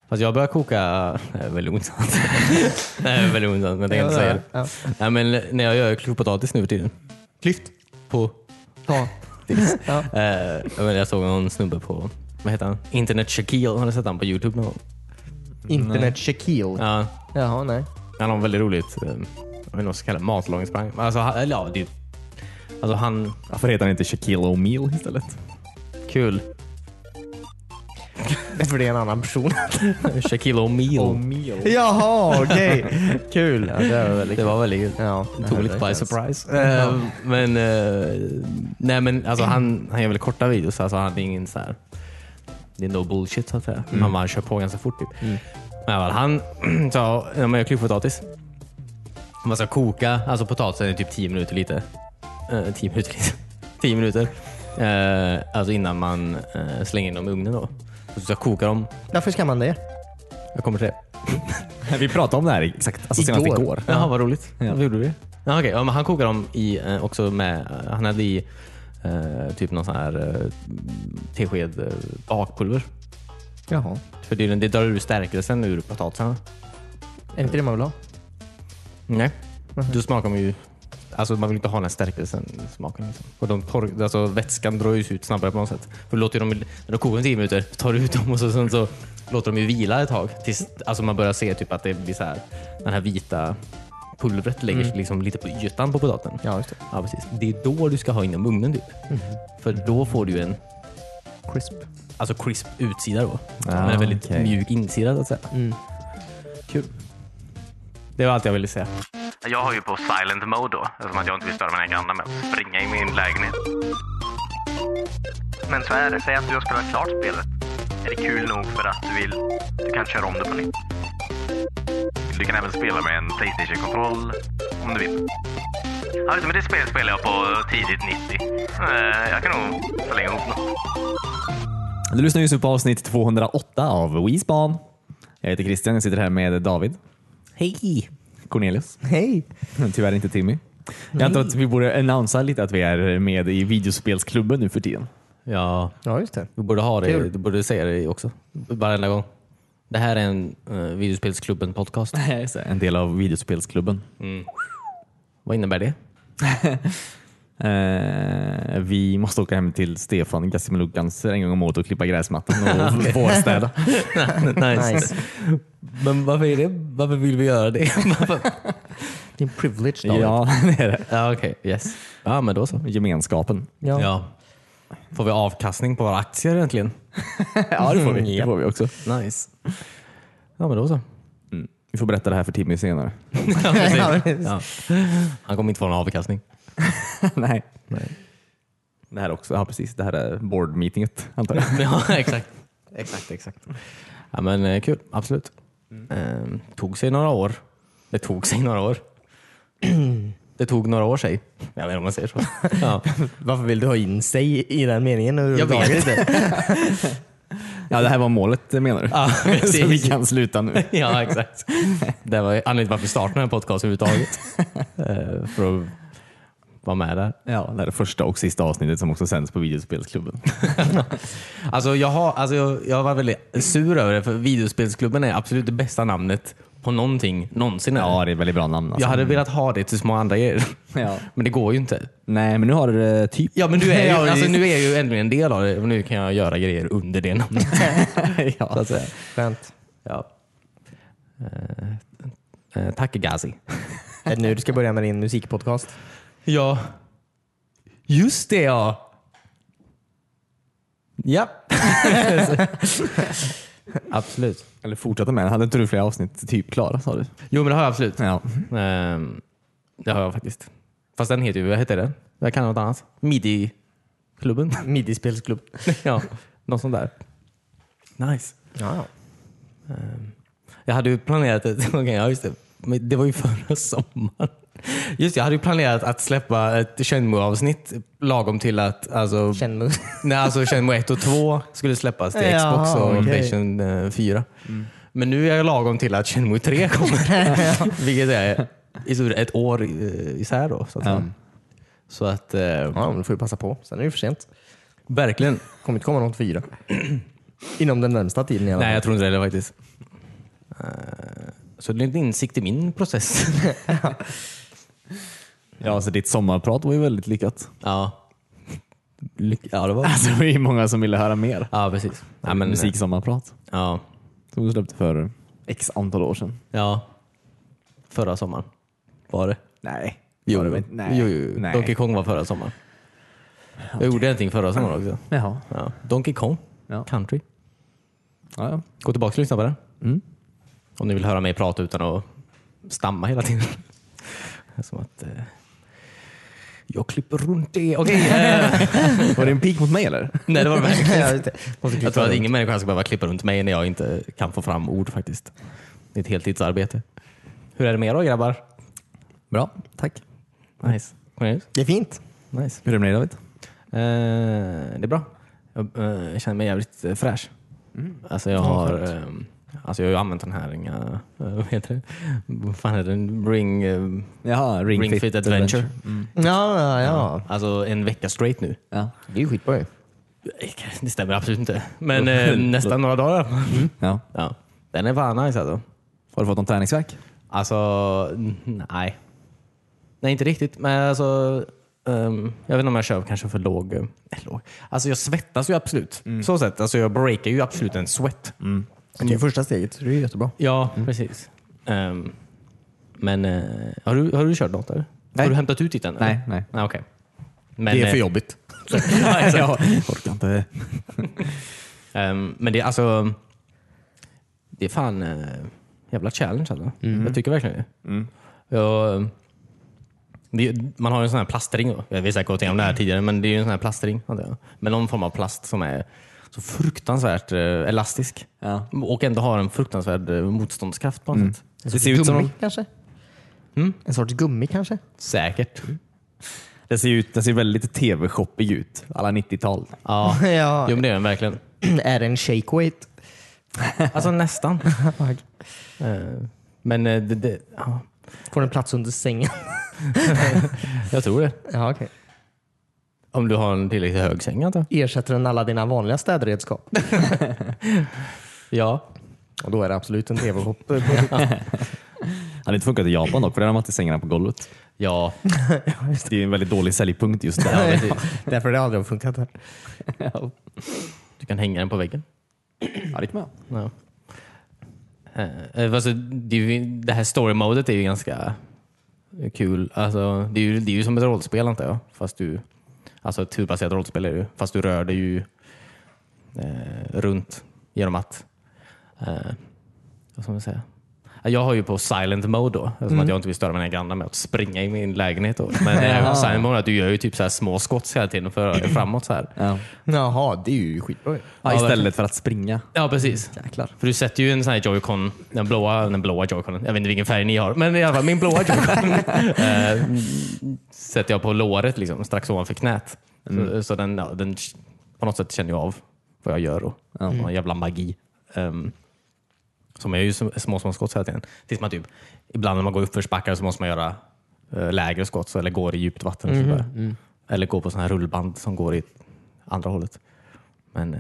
Fast jag börjar koka väldigt ointressant. Nej, väldigt ointressant, men det kan jag inte säga. Ja. Nej, men när jag gör klyftpotatis nu för tiden. Klyft på Ja. jag såg någon snubbe på, vad heter han? Internet Shaquille. Har du sett han på YouTube någon gång? Internet Shaquille. Ja. Jaha, nej. Han har väldigt roligt. Jag vet inte vad ska kalla matlagningsprogram. Alltså, han... Varför heter han inte Shaquille O'Neal istället? Kul. För det är en annan person. Shaquille O'Neal. Jaha, okej. Kul. Ja, Det var väldigt kul. Ja, Det tog lite by surprise. Nej, men alltså, han gör väl korta videos. Alltså, han är ingen så här... Det är no bullshit så att säga. Han kör på ganska fort typ. Men han sa, när man gör klyftpotatis, man ska koka alltså potatisen i typ 10 minuter lite. 10 minuter. Alltså innan man slänger in dem i ugnen då. Så ska koka dem. Varför ska man det? Jag kommer till det. Vi pratade om det här exakt, alltså senast igår. Jaha, vad roligt. Ja. Vad gjorde vi? Ja, okej. Ja, men han kokar dem i också med, han hade i typ någon sån här tesked bakpulver. Jaha. För det drar ur stärkelsen ur potatisen. Är det inte det man vill ha? Nej. Då smakar man ju... Alltså man vill inte ha den här stärkelsen smaken. Liksom. Och alltså vätskan drar ju ut snabbare på något sätt. För låter dem, när de kokar 10 minuter, tar du ut dem och sen så låter de ju vila ett tag. Tills alltså man börjar se typ att det blir så här, den här vita pulvret lägger sig liksom lite på ytan på potaten. Ja, just det. Ja, precis. Det är då du ska ha inom ugnen typ. För då får du en crisp utsida då. Men en väldigt mjuk insida så att säga. Kul. Det var allt jag ville säga. Jag har ju på silent mode då, eftersom att jag inte vill störa mina grannar med att springa i min lägenhet. Men så är det, säg att du har spelat klart spelet. Är det kul nog för att du kan köra om det på nytt? Du kan även spela med en PlayStation-kontroll om du vill. Ja, men det spelet spelar jag på tidigt 90. Jag kan nog förlänga ihop något. Du lyssnar just på avsnitt 208 av WeSpan. Jag heter Christian, jag sitter här med David. Hej! Cornelius. Hej! Tyvärr inte Timmy. Jag antar att vi borde annonsera lite att vi är med i videospelsklubben nu för tiden. Ja, Ja, just det. du borde ha det. Kul. Du borde säga det också. Varenda gång. Det här är en videospelsklubben podcast. En del av videospelsklubben. Vad innebär det? Vi måste åka hem till Stefan Gassimilugans en gång om året och klippa gräsmattan och vårstäda. Nice. Men varför är det? Varför vill vi göra det? Det är en privilege, David. Ja, det är det. Ja, okej. Yes. Ja, men då så. Gemenskapen. Ja. Får vi avkastning på våra aktier egentligen? Ja, det får vi. Det får vi också. Nice. Ja, men då så. Vi får berätta det här för Timmy senare. Ja, precis. Ja. Han kommer inte få någon avkastning. Nej. Det här också. Ja, precis. Det här är board-meetinget, antar jag. Ja, exakt. Ja, men kul. Absolut. Tog sig några år. Det tog några år sig. Jag vet inte om man säger så. Ja. Varför vill du ha in sig i den meningen? Jag vet inte. Ja, det här var målet, menar du? Ja, så vi kan sluta nu. Ja, exakt. Det var anledningen varför vi startade den här podcasten överhuvudtaget. För att vara med där. Ja, det är det första och sista avsnittet som också sänds på videospelsklubben. Alltså jag var väldigt sur över det, för videospelsklubben är absolut det bästa namnet på någonting någonsin. Ja, det är ett väldigt bra namn. Alltså. Jag hade velat ha det till små andra grejer. Ja. Men det går ju inte. Nej, men nu har du det typ. Ja, men nu är jag ju ändå en del av det. Och nu kan jag göra grejer under det namnet. Ja. Så att säga. Skönt. Ja. Tack Gazi. Är det nu du ska börja med din musikpodcast? Ja. Just det, ja. Ja. Absolut. Eller fortsätta med det. Hade inte du flera avsnitt typ klara, sa du? Jo, men det har jag absolut. Ja. Det har jag faktiskt. Fast den heter ju, vad heter den? Jag kan något annat. Midi-klubben. Midi-spelsklubb. Ja, något sånt där. Nice. Ja. Jag hade ju planerat ja, just det. Men det var ju förra sommaren. Just det, jag hade ju planerat att släppa ett Shenmue-avsnitt lagom till att Shenmue. Shenmue 1 och 2 skulle släppas till Xbox och PlayStation 4. Men nu är jag lagom till att Shenmue 3 kommer. Vilket är ett år isär då. Så att, så att Ja, då får vi passa på. Sen är det för sent. verkligen. Kommer inte komma något 4. Inom den närmsta tiden i alla fall. Nej, jag tror inte det faktiskt. Så det är en insikt i min process. Ja, alltså ditt sommarprat var ju väldigt lyckat. Ja. Ja, det var... Alltså, det var ju många som ville höra mer. Ja, precis. Ja, men, Musiksommarprat. ja. Som du släppte för x antal år sedan. Ja. Förra sommaren var det. Nej. Jo, Var det väl? Nej. jo. Nej. Donkey Kong var förra sommaren. Jag gjorde någonting förra sommaren också. Jaha. Ja. Donkey Kong. Ja. Country. Ja, ja. Gå tillbaka och lyssna på det. Mm. Om ni vill höra mig prata utan att stamma hela tiden. Som att jag klipper runt det. Okej. Var det en pik mot mig eller? Nej, det var det verkligen. Måste Jag tror att ingen människa ska behöva klippa runt mig när jag inte kan få fram ord faktiskt. Det är ett heltidsarbete. Hur är det med er då, grabbar? Bra, tack. Nice. Cornelius? Det är fint. Nice. Hur är det med dig David? Det är bra. Jag känner mig jävligt fräsch. Alltså jag har jag har ju använt den här vad heter det? Vad fan är det? Jaha, Ring Fit Adventure. Ja. Alltså en vecka straight nu. Ja. Det är ju skitbra ju. Det stämmer absolut inte. Men nästan några dagar. Ja. Ja. Den är fan nice alltså. Har du fått någon träningsvärk? Alltså, nej. Nej, inte riktigt. Men alltså, jag vet inte om jag kör kanske för låg. Alltså jag svettas ju absolut. Så sätt. Alltså jag breakar ju absolut en sweat. Det är ju första steget, så det är jättebra. Ja, precis. Men har du kört något eller? Nej. Har du hämtat ut ditt än? eller? Nej. Ah, okej. Men, Det är för jobbigt. Jag orkar inte. Men det är alltså, det är fan jävla challenge alltså. Jag tycker verkligen det. Man har ju en sån här plastring då. Jag vet säkert gått igenom det här tidigare, men det är ju en sån här plastring. Med någon form av plast som är så fruktansvärt elastisk. Ja. Och ändå har en fruktansvärd motståndskraft på något sätt. Det ser ut som Gummi kanske? En sorts gummi kanske? Säkert. det ser väldigt tv-shoppig ut. Alla 90-tal. Ja, Ja. jo, men det är den verkligen. Är det en shake weight? Alltså nästan. Men ja, Får den plats under sängen? jag tror det. Ja, okej. Om du har en tillräckligt hög säng antar jag. Ersätter den alla dina vanliga städredskap? Ja. Och då är det absolut en tv-shop. Hade inte funkat i Japan dock, för där har man inte sängarna på golvet. Ja. Det är en väldigt dålig säljpunkt just Ja, där. precis. Därför har det aldrig funkat här. Du kan hänga den på väggen. Ja, det kan man. Ja. Alltså, det här story-modet är ju ganska kul. Alltså, det är ju som ett rollspel antar jag. Fast alltså ett turbaserat rollspel är det ju. Fast du rör dig ju runt genom att vad ska man säga? Jag har ju på silent mode då, eftersom att jag inte vill störa mina grannar med att springa i min lägenhet då. Men silent mode är att du gör ju typ så här små skott hela tiden för att framåt så här. Ja. Jaha, det är ju skitbra. Ja, istället för att springa. Ja, precis. Jäklar. För du sätter ju en sån här Joy-Con, den blåa Joy-Conen. Jag vet inte vilken färg ni har, men i alla fall min blåa Joy-Con sätter jag på låret liksom, strax ovanför knät. Så den på något sätt känner jag av vad jag gör och en jävla magi. Som är ju små skott hela tiden. Tills man typ, ibland när man går upp för backar så måste man göra lägre skott eller går i djupt vatten. Och sådär. Eller gå på sån här rullband som går i andra hållet. Men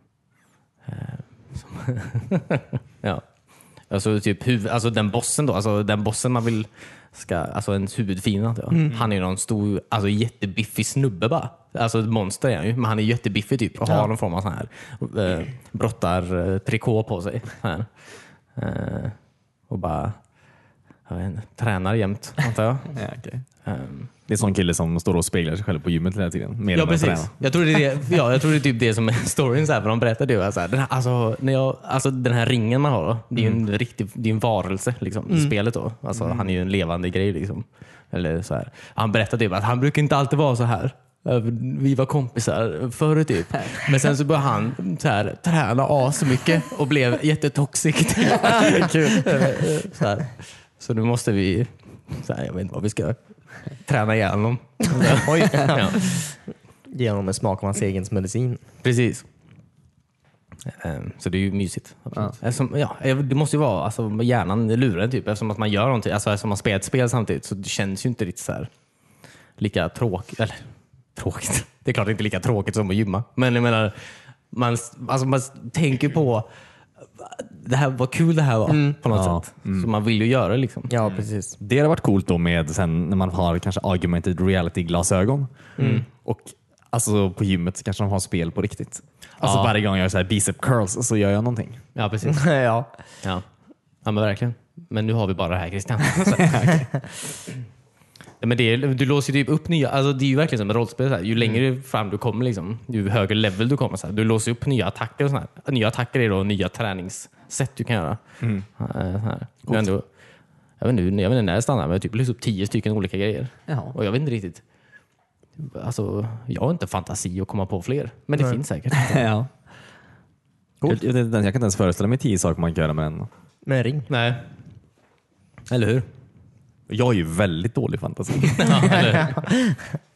ja. Alltså typ alltså den bossen då, alltså den bossen man vill alltså ens huvudfiende antar jag. Han är ju någon stor, alltså jättebiffig snubbe bara. Alltså ett monster är han ju, men han är jättebiffig typ och har någon form av sån här brottar trikå på sig så här. Och bara jag vet inte, tränar jämt antar jag. Ja, okay. Det är en sån kille som står och speglar sig själv på gymmet hela tiden. Mer Ja, än att träna. precis. Jag tror det är typ det som är storyn så här, för de berättar det så här, den här ringen man har då, det är ju en det är en varelse liksom i spelet då. Alltså han är ju en levande grej liksom. Eller så här. Han berättade typ att han brukar inte alltid vara så här. Vi var kompisar förr typ. Men sen så började han så här, träna asmycket och blev jättetoxic. Kul. Så nu måste vi så här, jag vet inte vad vi ska träna ihjäl honom. Oj. Ja. Ge honom en smak av hans egen medicin. Precis. Så det är ju mysigt. Det måste ju vara alltså, hjärnan lurar typ, eftersom att man gör någonting, alltså eftersom man spelar ett spel samtidigt, så det känns ju inte riktigt så här lika tråkigt. Det är klart det är inte lika tråkigt som att gymma. Men jag menar, man tänker på det här var kul det här var på något sätt. Så man vill ju göra det liksom. Ja, precis. Det hade varit coolt då med sen när man har kanske augmented reality-glasögon. Och alltså på gymmet så kanske de har spel på riktigt. Alltså varje gång jag gör så här bicep curls så gör jag någonting. Ja, precis. Ja. Ja, men verkligen. Men nu har vi bara det här, Christian. Men du låser ju typ upp nya, alltså det är ju verkligen som ett rollspel. Så här. Ju längre fram du kommer, liksom, ju högre level du kommer. Så här. Du låser upp nya attacker och sådär. Nya attacker är då nya träningssätt du kan göra. Här. Jag vet inte när jag stannar, men jag typ låser upp 10 stycken olika grejer. Ja. Och jag vet inte riktigt. Alltså, jag har inte fantasi att komma på fler. Men det finns säkert. Ja. Cool. Jag kan inte ens föreställa mig 10 saker man kan göra med en. Med en ring. Nej. Eller hur? Jag är ju väldigt dålig fantasi. Ja, eller hur?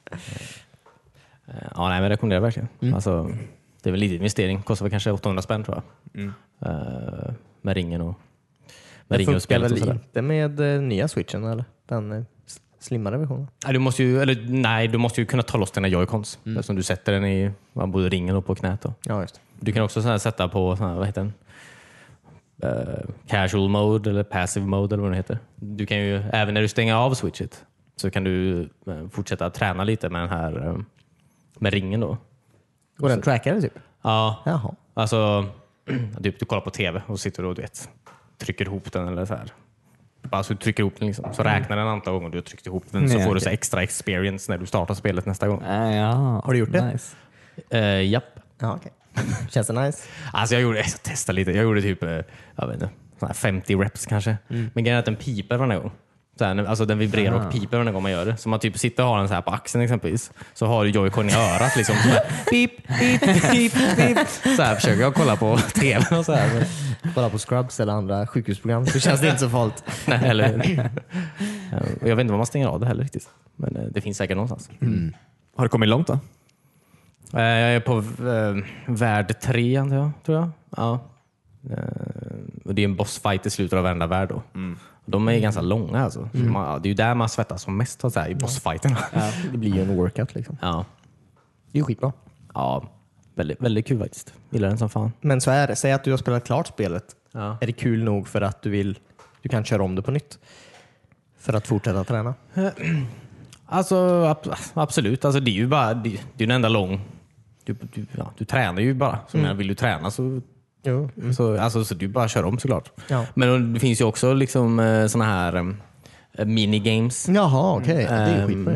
Ja, nej, men jag rekommenderar verkligen. Alltså, det är väl lite investering. Kostar väl kanske 800 spänn tror jag. Med ringen och Det funkar spelet och väl sådär. inte med nya switchen eller? Den slimmare versionen. Nej, du måste ju kunna ta loss dina joycons. Eftersom du sätter den i både ringen och på knät. Då. Ja, just det. Du kan också så här sätta på vad heter den? Casual mode eller passive mode eller vad det heter. Du kan ju, även när du stänger av switchet så kan du fortsätta träna lite med den här med ringen då. Och den trackar typ? Ja, Jaha. alltså du kollar på tv och sitter och trycker ihop den eller så här. Bara så du trycker ihop den liksom. Så räknar den antal gånger du har tryckt ihop den så Nej, får du okej. så extra experience när du startar spelet nästa gång. Ja. Har du gjort det? Nice. Japp. Ja, okej. Känns det nice? Alltså jag testade lite. Jag gjorde typ jag vet inte, sån här 50 reps kanske. Men grejen är att den piper varje gång. Så här, alltså den vibrerar och piper varje gång man gör det. Så man typ sitter och har den så här på axeln exempelvis. Så har du joycon i örat liksom. Så här, pip, pip, pip, pip. Så här försöker jag kolla på tv och så här. Kolla på Scrubs eller andra sjukhusprogram så känns det inte så farligt. Nej, eller och jag vet inte vad man stänger av det heller riktigt. Men det finns säkert någonstans. Har du kommit långt då? Jag är på värld 3 antar jag, tror jag. Ja. Och det är en bossfight i slutet av varenda värld då. Och de är ganska långa alltså. Det är ju där man svettas som mest så här, i bossfighterna. Ja, det blir ju en workout liksom. Ja. Det är ju skitbra. Ja, väldigt, väldigt kul faktiskt. Gillar den som fan. Men så är det. Säg att du har spelat klart spelet. Ja. Är det kul nog för att du kan köra om det på nytt? För att fortsätta träna? Alltså absolut. Alltså, det är ju bara det är en enda lång. Du tränar ju bara. Så vill du träna så så du bara kör om såklart. Ja. Men det finns ju också liksom såna här minigames Jaha, okej. Det är ju skitbra.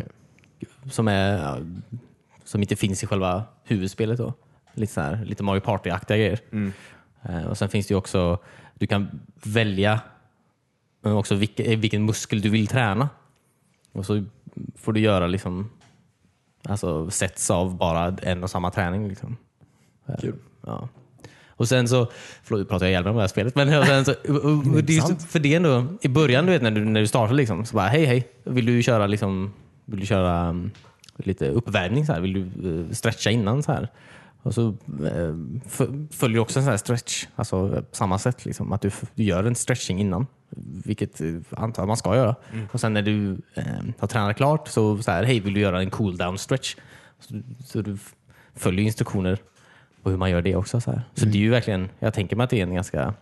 som inte finns i själva huvudspelet då. Lite Mario Party-aktiga grejer. Och sen finns det ju också, du kan välja också vilken muskel du vill träna. Och så får du göra liksom sets av bara en och samma träning liksom. Kul. Ja. Och sen så, förlåt, pratar jag ihjäl mig om det här spelet, men sen så, för det ändå, i början du vet när du startar liksom, så bara hej, vill du köra lite uppvärmning så här, vill du stretcha innan så här. Och så följer också en sån här stretch, alltså på samma sätt liksom, att du gör en stretching innan, vilket antar man ska göra. Och sen när du har tränat klart så här, hej, vill du göra en cool down stretch? Så du följer instruktioner på hur man gör det också så här. Så det är ju verkligen, jag tänker mig att det är en ganska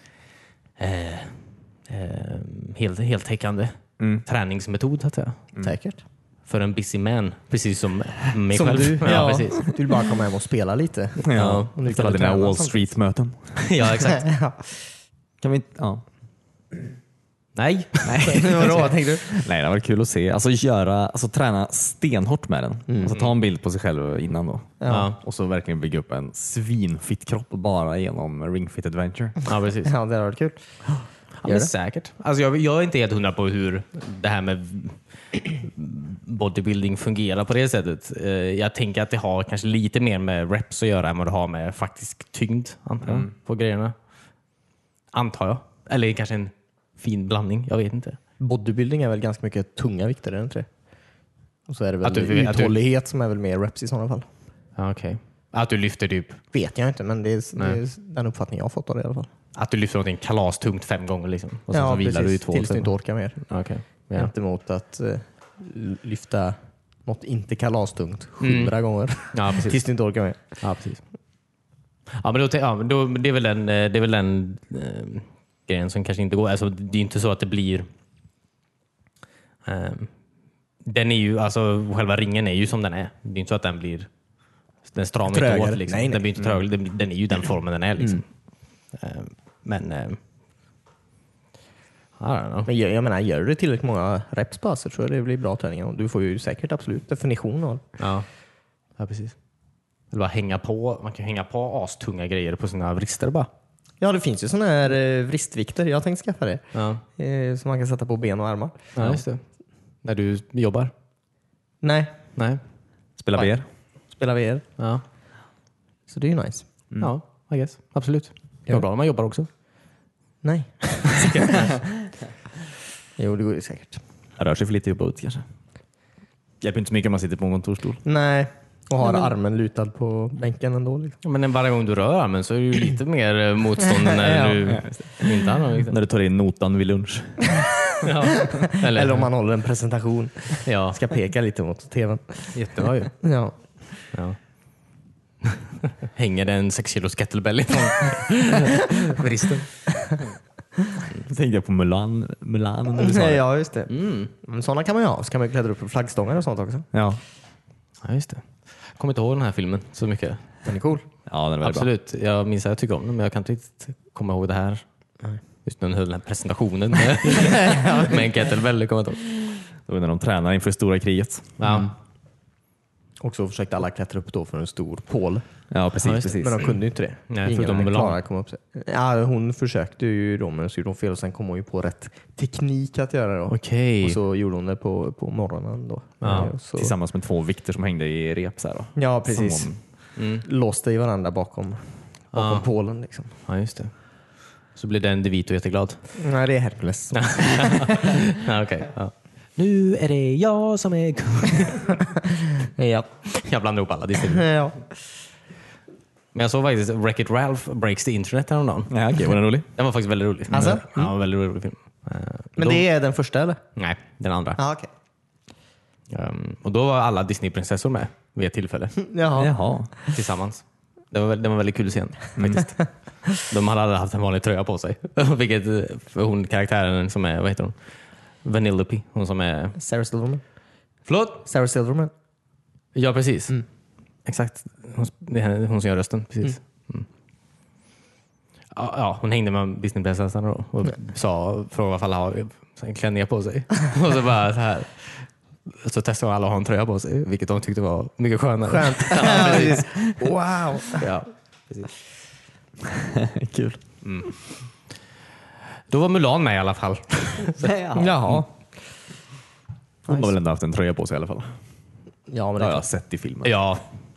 heltäckande träningsmetod så att säga. Säkert. För en busy man, precis som mig Som själv. du. Ja, precis. Du vill bara komma hem och spela lite. Ja. Och ni Ställa kan dina träna Wall samtidigt. Street-möten. Ja, exakt. Kan vi inte... Ja. Nej. Vadå, tänkte du? Nej, det var kul att se. Alltså träna stenhårt med den. Alltså ta en bild på sig själv innan då. Ja. Och så verkligen bygga upp en svinfitt kropp bara genom Ring Fit Adventure. Ja, precis. Ja, det har varit kul. Ja, men säkert. Alltså jag är inte helt hundra på hur det här med bodybuilding fungerar på det sättet. Jag tänker att det har kanske lite mer med reps att göra än vad det har med faktisk tyngd antar jag, på grejerna. Antar jag. Eller kanske en fin blandning. Jag vet inte. Bodybuilding är väl ganska mycket tunga vikter, är det inte det? Och så är det väl Att du- uthållighet som är väl mer reps i sådana fall. Ja, okej. Att du lyfter typ Vet jag inte, men det är den uppfattning jag har fått av det i alla fall. att du lyfter någonting kalastungt 5 gånger liksom. Och sen så vilar du i 2 tills du inte orkar mer. Okej. Ja. Gentemot att lyfta något inte kalastungt 100 gånger. Ja, precis. Tills du inte orkar mer. Ja, precis. Ja, men det är väl den grejen som kanske inte går. Alltså, det är inte så att det blir... den är ju, alltså själva ringen är ju som den är. Det är inte så att den blir... Den stramar inte åt liksom. Nej. Den blir inte trög. Den är ju den formen den är liksom. Men... I don't know. Men jag menar, gör du tillräckligt många reps på så tror jag det blir bra träning. Och du får ju säkert absolut definition av. Ja, precis. Eller bara hänga på. Man kan hänga på astunga grejer på sina vrister bara. Ja, det finns ju såna här vristvikter. Jag tänkte skaffa det. Ja. Som man kan sätta på ben och armar. Ja, just det. När du jobbar? Nej, Nej. Spela VR? spela VR. Ja. Så det är ju nice. Ja, I guess. Absolut. Det Ja. går bra när man jobbar också. Nej. Jo, det går ju säkert. Jag rör sig för lite i jobbet kanske. Hjälper inte så mycket om man sitter på en kontorsstol. Nej, och har armen lutad på bänken ändå. Liksom. Ja, men varje gång du rör armen så är det ju lite mer motstånd när du inte har något. När du tar in notan vid lunch. Ja. Eller om man håller en presentation. Ja, Ska peka lite mot tvn. jättebra ju. Ja. Ja. Hänger det en 6 kilos kettlebell ifrån vristen? Då tänkte jag på Mulan när du sa det. Ja, just det. Men sådana kan man ju ha. Så kan man ju klättra upp på flaggstångar och sånt också. Ja. Ja, just det. Jag kommer inte ihåg den här filmen så mycket. Den är cool. Ja, den är väldigt Absolut. Jag minns att jag tycker om den, men jag kan inte riktigt komma ihåg det här. Just när den höll den här presentationen med en kettlebell. Jag kommer inte ihåg. bra. Det var när de tränar inför stora kriget. Ja. Och så försökte alla klättra upp då för en stor pål. Ja, precis. Ja, just det. precis. Men de kunde ju inte det. Nej, förutom Ingen Mulan. klarade att komma upp sig. Ja, hon försökte ju då, men så gjorde hon fel och sen kom hon ju på rätt teknik att göra det då. Okej. Och så gjorde hon det på morgonen då. Ja, Och så, Tillsammans med 2 vikter som hängde i rep. Så här då. ja, precis. Som Låste i varandra bakom pålen liksom. Ja, just det. Så blir den DeVito jätteglad. Nej, det är Hercules. Ja, okej. Ja. Nu är det jag som är kung. Ja. Jag blandar ihop alla Disney. Ja. Men jag såg faktiskt Wreck-It Ralph Breaks the Internet häromdagen. Ja, okej. Var den rolig? Den var faktiskt väldigt rolig. Alltså? Ja, det var en väldigt rolig film. Men det är den första eller? Nej, den andra. Ja, okej. Och då var alla Disney-prinsessor med vid ett tillfälle. Jaha. Jaha. Tillsammans. Det var en väldigt kul scen faktiskt. De hade aldrig haft en vanlig tröja på sig. Vilket för hon karaktären som är, vad heter hon? Vanellope. Hon som är... Sarah Silverman. Förlåt? Sarah Silverman. Ja, precis. Exakt. Det är hon som gör rösten. Precis. Ja, hon hängde med Disneyprinsessan då och frågade varför alla har en klänning på sig. Och så bara så här. Så testade alla att ha en tröja på sig, vilket de tyckte var mycket skönare. Skönt. Ja, precis. Wow. Ja, precis. Kul. Då var Mulan med i alla fall. Jaha. Hon har väl ändå haft en tröja på sig i alla fall. Ja, men Det det har är jag sett i filmen. Ja.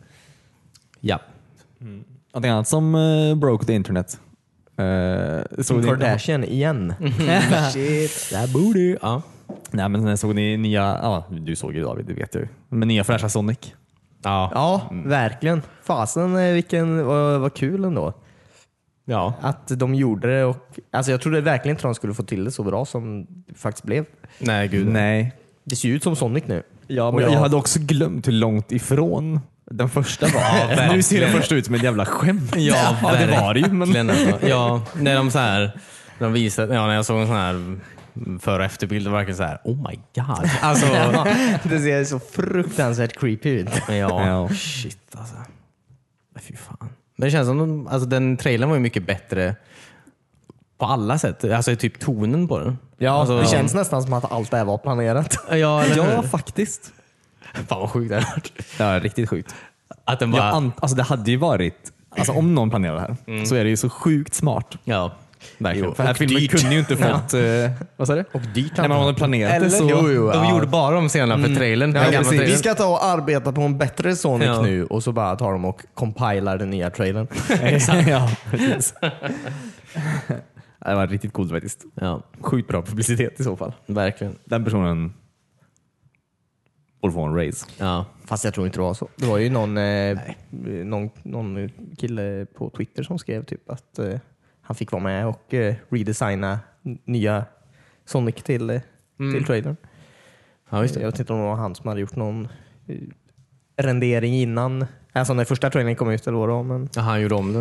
Någonting annat som broke the internet. Kim Kardashian igen. Shit, that booty. Ja. Nej, men såg ni nya... Ja, du såg ju David, det vet jag ju. Men nya fräscha Sonic. Ja. Ja, verkligen. Fasen, vad kul ändå. Ja. Att de gjorde det. Och, alltså jag trodde verkligen inte de skulle få till det så bra som det faktiskt blev. Nej, gud. Nej. Det ser ju ut som Sonic nu. Ja, men jag hade också glömt hur långt ifrån den första var. Nu ser den första ut som ett jävla skämt. Ja, det var det ju. Men... verkligen, alltså. Ja, när de så här, de visade, när jag såg en sån här före- och efterbild, det var verkligen så här, oh my god. Alltså, Det ser så fruktansvärt creepy ut. Ja. Shit alltså. Fy fan. Men det känns som alltså, den trailern var ju mycket bättre på alla sätt. Alltså typ tonen på den. Ja, alltså, det känns nästan som att allt det här var planerat. Ja, eller hur? faktiskt. Fan vad sjukt det hade varit. Ja, riktigt sjukt. Att den bara... Alltså det hade ju varit... Alltså om någon planerar det här så är det ju så sjukt smart. Ja, verkligen. För den här filmen kunde ju inte fått... vad sa du? Och dyrt. När man hade planerat det så... De gjorde bara de scenerna för trailern. Den gamla Vi trailern. ska ta och arbeta på en bättre Sonic Ja. nu och så bara tar de och compilar den nya trailern. ja, precis. Det var riktigt coolt faktiskt. Ja, Sjukt bra publicitet i så fall. verkligen. Den personen borde få en raise. Ja. Fast jag tror inte det var så. Det var ju någon kille på Twitter som skrev typ att han fick vara med och redesigna nya Sonic till trailern. Ja, just det. Jag vet inte om det var han som hade gjort någon rendering innan. Alltså när första trailern kom ut eller vad det var. Men Ja, han gjorde om den.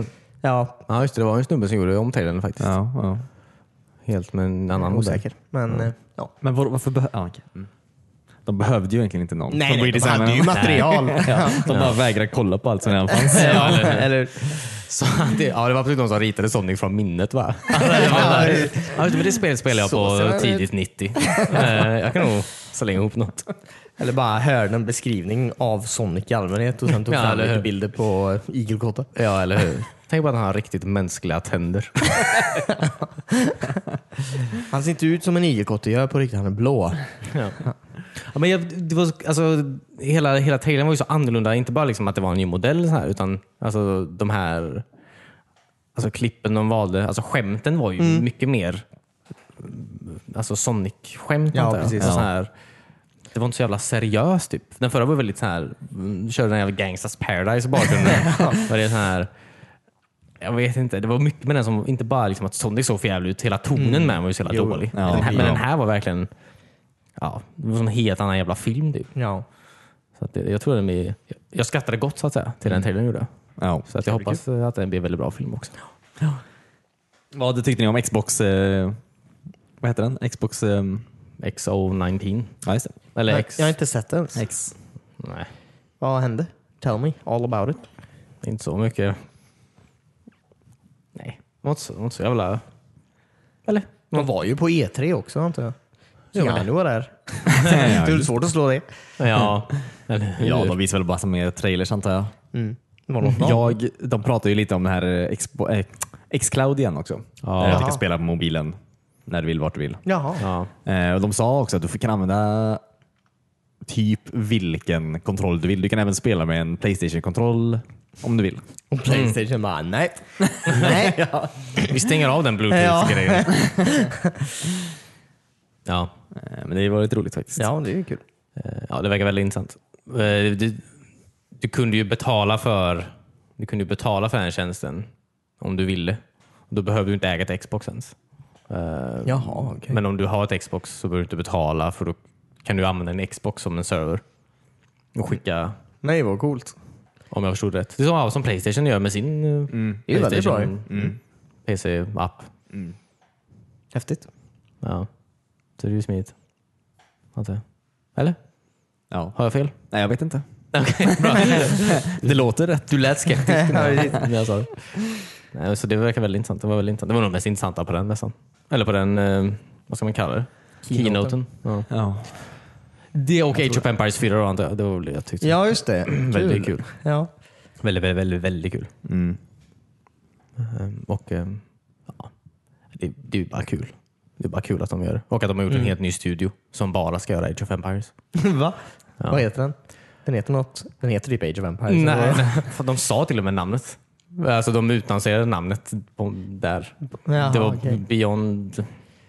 Ja, Ja, just det. Det var en snubbe som gjorde om trailern faktiskt. Ja. Helt med en annan modell. osäker. Men ja. Men varför De behövde ju egentligen inte någon. Nej, de hade ju material. De bara vägrade kolla på allt som redan fanns. Eller Så det var precis de som ritade Sonic från minnet, va? Men det spelet spelade jag Så ser på det tidigt 90. Jag kan nog slänga ihop något. Eller bara hörde en beskrivning av Sonic i allmänhet och sen tog fram lite bilder på igelkotta. Ja, eller hur? Tänk bara att han har riktigt mänskliga tänder. Han ser inte ut som en igelkotte gör på riktigt, han är blå. Ja, men det var, alltså, hela trailern var ju så annorlunda. Inte bara liksom att det var en ny modell så här, utan alltså, de här klippen de valde. Alltså skämten var ju mycket mer alltså Sonic-skämt. Ja, antar jag. precis. Så här, det var inte så jävla seriöst typ. Den förra var väldigt så här, körde den jävla Gangsters Paradise i bakgrunden. Var det så här, jag vet inte, det var mycket med den som inte bara liksom att Sonic såg för jävligt ut, hela tonen med var ju så jävla dålig. Ja, men den här var verkligen, ja, det var som en helt annan jävla film typ. Ja. Så att jag tror jag skrattade gott så att säga till den trailern gjorde. Ja. Så att jag hoppas att det blir en väldigt bra film också. Vad tyckte ni om Xbox? Vad heter den? Xbox XO19. Ja, just det. Eller Nej, X. jag har inte sett den. X. Nej, Vad hände? Tell me all about it. inte så mycket. Nej, det var inte så jävla... Eller? De var ju på E3 också, antar jag. Så Ja. gärna var där. Det är svårt att slå det. Ja, eller hur? Ja, de visar väl bara som trailers antar jag. Det var något De pratar ju lite om det här Xcloud igen också. Ja. Att du kan spela på mobilen när du vill, vart du vill. Jaha. Ja. Och de sa också att du kan använda typ vilken kontroll du vill. Du kan även spela med en PlayStation-kontroll om du vill. Och Playstation bara, nej. Nej. Vi stänger av den Bluetooth-grejen. Ja. Men det var lite roligt faktiskt. Ja, det är ju kul. Ja, det verkar väldigt intressant. Du kunde ju betala för den tjänsten om du ville. Då behöver du inte äga ett Xbox ens. Jaha, okej. Men om du har ett Xbox så behöver du inte betala, för då kan du använda en Xbox som en server och skicka, Nej, vad coolt. om jag förstod rätt. Det är som PlayStation gör med sin Det är väldigt bra. PlayStation PC-app. Häftigt. Ja. Så det är ju smidigt. Antar jag. Eller? Ja. Har jag fel? Nej, jag vet inte. Okej, bra. Det låter rätt. Du lät skeptisk när jag sa det. Nej, så det verkar väldigt intressant. Det var väldigt intressant. Det var nog mest intressanta på den nästan. Eller på den, vad ska man kalla det? Keynoten. Ja. Ja. Det och Age of Empires 4 då, antar jag. Det var väl det jag tyckte. Ja, just det. Väldigt kul. Ja. Väldigt kul. Och ja, det är ju bara kul. Det är bara kul att de gör det. Och att de har gjort en helt ny studio som bara ska göra Age of Empires. Va? Ja. Vad heter den? Den heter något. Den heter typ Age of Empires. Nej, för de sa till och med namnet. Alltså de utannonserade namnet där. Jaha, Det var okej. Beyond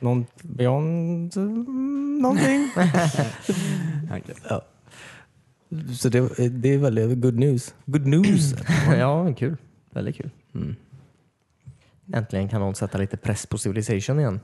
någonting. Ja. Så det är väldigt good news. Good news. Ja, kul. Väldigt kul. Äntligen kan någon sätta lite press på Civilization igen.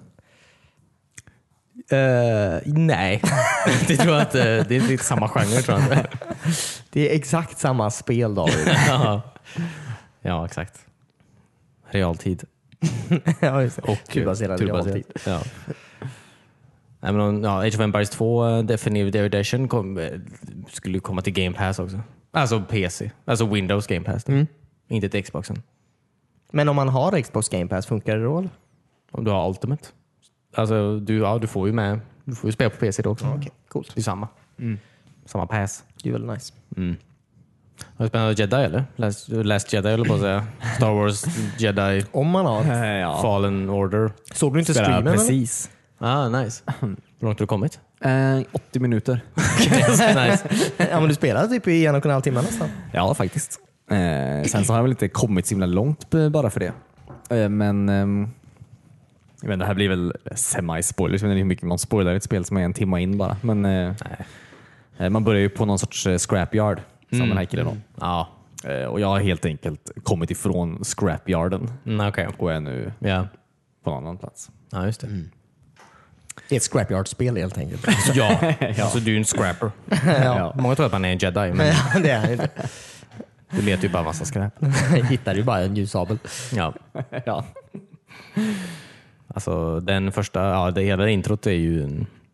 Nej, det tror jag inte. Det är inte samma genre, tror jag inte. Det är exakt samma spel, David. Ja, exakt. Realtid. Ja, just det. Och turbaserad realtid. Ja. Nej, men, Age of Empires 2 Definitive Edition skulle komma till Game Pass också. Alltså PC. Alltså Windows Game Pass. Inte till Xboxen. Men om man har Xbox Game Pass, funkar det då? Eller? Om du har Ultimate. Alltså, du får ju spela på PC då också. Okej, coolt. Det är samma. Samma pass. Det är väl nice. Har du spelat Jedi eller? Last Jedi eller på att säga. Star Wars Jedi Om man har. Fallen Order. Såg du inte Spelar streamen? precis. Nice. Hur långt har du kommit? 80 minuter. Nice. Ja, men du spelade typ i 1,5 timme nästan. Ja, faktiskt. Sen så har jag väl inte kommit så himla långt bara för det. Men jag vet, det här blir väl semi-spoilers. Jag vet inte hur mycket man spoilar ett spel som är en timme in bara. Men man börjar ju på någon sorts scrapyard som den här killen då. Ja. Och jag har helt enkelt kommit ifrån scrapyarden Okej. och är nu Ja. på en annan plats. Ja, just det. Det är ett scrapyard-spel helt enkelt. Ja, alltså du är en scrapper. Ja. Många tror att man är en jedi. Men Ja, det är det inte. Du letar ju bara massa skräp. Hittar ju bara en ljussabel. Ja. Ja. Alltså den första, det hela introt är ju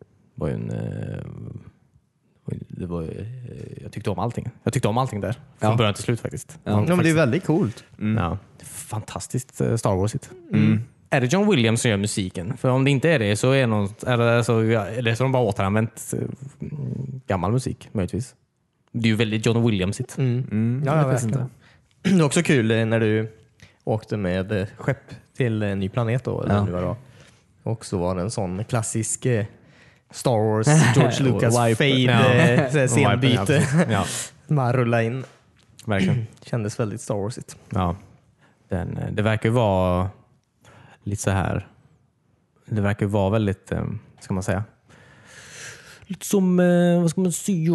jag tyckte om allting. Jag tyckte om allting där. Från början till slut faktiskt. Ja, men det är väldigt coolt. Ja, fantastiskt Star Wars-igt. Är det John Williams som gör musiken? För om det inte är det så är det så de bara återanvänt gammal musik möjligtvis. Det är ju väldigt John Williams-igt. Ja, verkligen. Det är också kul när du åkte med skepp till en ny planet då, eller nu var det. Och så var det en sån klassisk Star Wars George Lucas fade scenbyte. Ja. Bara rulla in. Verkligen. Kändes väldigt Star Warsigt. Ja. Det verkar vara lite så här. Det verkar vara väldigt, ska man säga, lite som, vad ska man säga,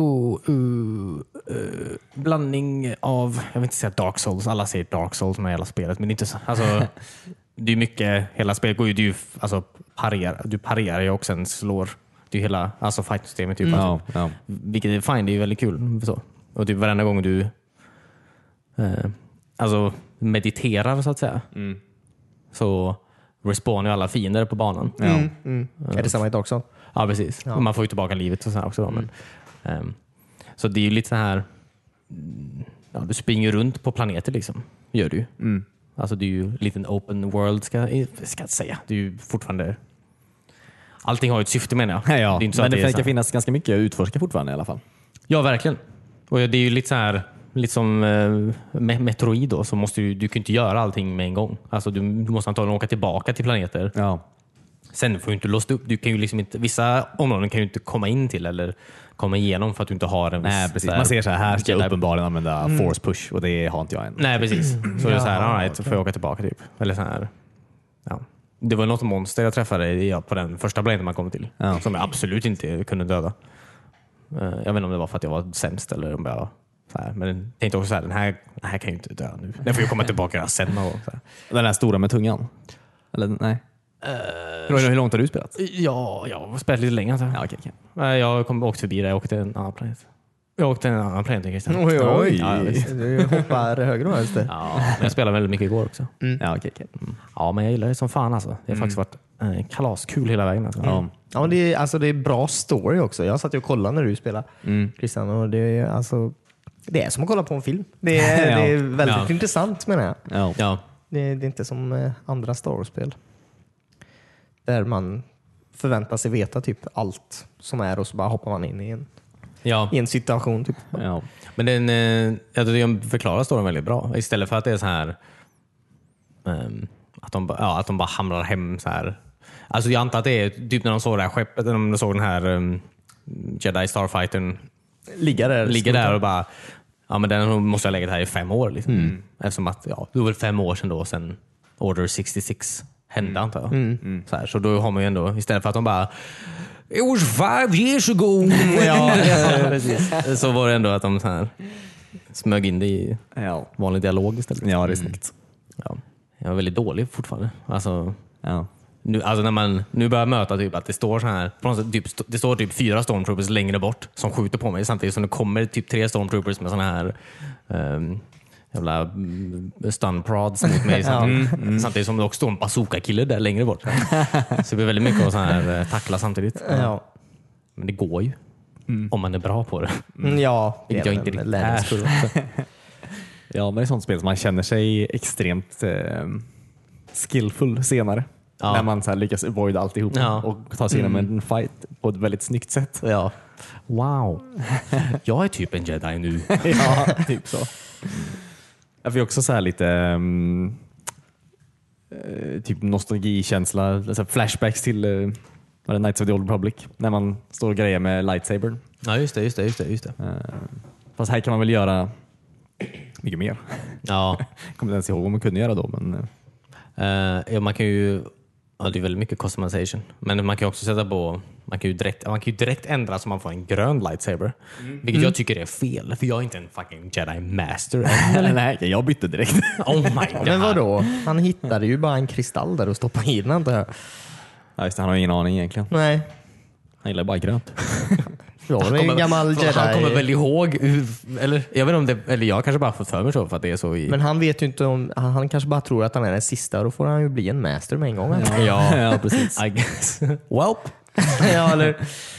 blandning av, jag vill inte säga Dark Souls, alla säger Dark Souls med hela spelet, men inte så. Alltså, det är mycket, hela spelet går ju, alltså du parerar ju och sen slår du hela, alltså fight-systemet typ. Vilket är fine, det är väldigt kul så. Och typ varenda gång du alltså mediterar så att säga, så respawnar ju alla fiender på banan. Är det samma i Dark Souls? Ja, precis. Ja. Man får ju tillbaka livet och så här också. Då, men, så det är ju lite så här, du springer runt på planeter liksom, gör du ju. Alltså det är ju en liten open world ska jag säga. Det är ju fortfarande, allting har ju ett syfte menar jag. Ja, det är inte så men det verkar så finnas ganska mycket att utforska fortfarande i alla fall. Ja, verkligen. Och det är ju lite så här, lite som Metroid då, så måste du kan inte göra allting med en gång. Alltså du måste antagligen åka tillbaka till planeter. Ja. Sen får du inte låst upp. Du kan ju liksom inte, vissa områden kan du inte komma in till eller komma igenom för att du inte har en viss... Nej, precis. Man ser så här ska jag uppenbarligen använda force push och det har inte jag än. Nej, precis. Så det är så här, all right, så får jag åka tillbaka typ. Eller så här. Ja. Det var något monster jag träffade på den första planeten man kom till. Som jag absolut inte kunde döda. Jag vet inte om det var för att jag var sämst eller om jag... Så här. Men jag tänkte också så här, den här kan jag inte dö nu. Den får jag komma tillbaka sen. Och så här. Den här stora med tungan? Eller nej? Hur långt har du spelat? Ja, jag har spelat lite längre. Ja, okay. Jag åkte förbi där. Jag åkte till en annan planet. Christian. Oj. Ja, du hoppar höger och vänster. Ja, jag spelade väldigt mycket igår också. Ja, okay. Ja, men jag gillar det som fan alltså. Det har faktiskt varit kalaskul hela vägen. Alltså. Ja, det är bra story också. Jag satt och kollade när du spelade, Christian, och det är som att kolla på en film. Det är väldigt intressant menar jag. Ja. Det är inte som andra Star Wars-spel där man förväntar sig veta typ allt som är och så bara hoppar man in i en situation. Typ. Ja. Men jag förklarar storyn väldigt bra. Istället för att det är så här att de bara hamrar hem så här. Alltså jag antar att det är typ när de såg det här skeppet, när de såg den här Jedi Starfightern ligga där och bara, ja men den måste jag ha legat här i 5 år liksom. Eftersom att det var väl 5 år sedan då sen Order 66 hände antar jag. Så då har man ju ändå, istället för att de bara it was 5 years ago. Precis. Så var det ändå att de så här smög in det i vanlig dialog istället. Ja, det är snyggt. Ja. Jag är väldigt dålig fortfarande. Alltså när man nu börjar möta typ att det står så här på något sätt, typ, det står typ 4 stormtroopers längre bort som skjuter på mig samtidigt som det kommer typ 3 stormtroopers med såna här jävla stun prods mot mig samtidigt som det också står en bazooka-kille där längre bort. Så det blir väldigt mycket att så här tackla samtidigt. Men det går ju om man är bra på det. Ja, vilket jag inte riktigt är. Ja, men det är sånt spel som man känner sig extremt skillful senare. När man så här lyckas avoid alltihop och ta sig igenom en fight på ett väldigt snyggt sätt. Ja. Wow. Jag är typ en Jedi nu. Ja, typ så. Jag fick också så här lite typ nostalgikänsla, så flashbacks till Knights of the Old Republic när man står och grejer med lightsabern. Ja, just det. Fast här kan man väl göra mycket mer. Ja. Jag kommer inte ens ihåg vad man kunde göra då, men man kan ju det är väldigt mycket customization. Men man kan också sätta på, man kan ju direkt ändra så man får en grön lightsaber. Vilket jag tycker är fel, för jag är inte en fucking Jedi master. Nej, jag bytte direkt. Oh my god. Men vadå? Han hittade ju bara en kristall där och stoppade in den där. Ja, just det, han har ingen aning egentligen. Nej. Han gillar bara grönt. Då var det en gammal jedi. Han kommer väl ihåg, eller jag vet inte om det, eller jag kanske bara fått för mig så för att det är så i... Men han vet ju inte om, han kanske bara tror att han är den sista och då får han ju bli en master med en gång. Ja, precis. I guess. Welp. Ja, eller?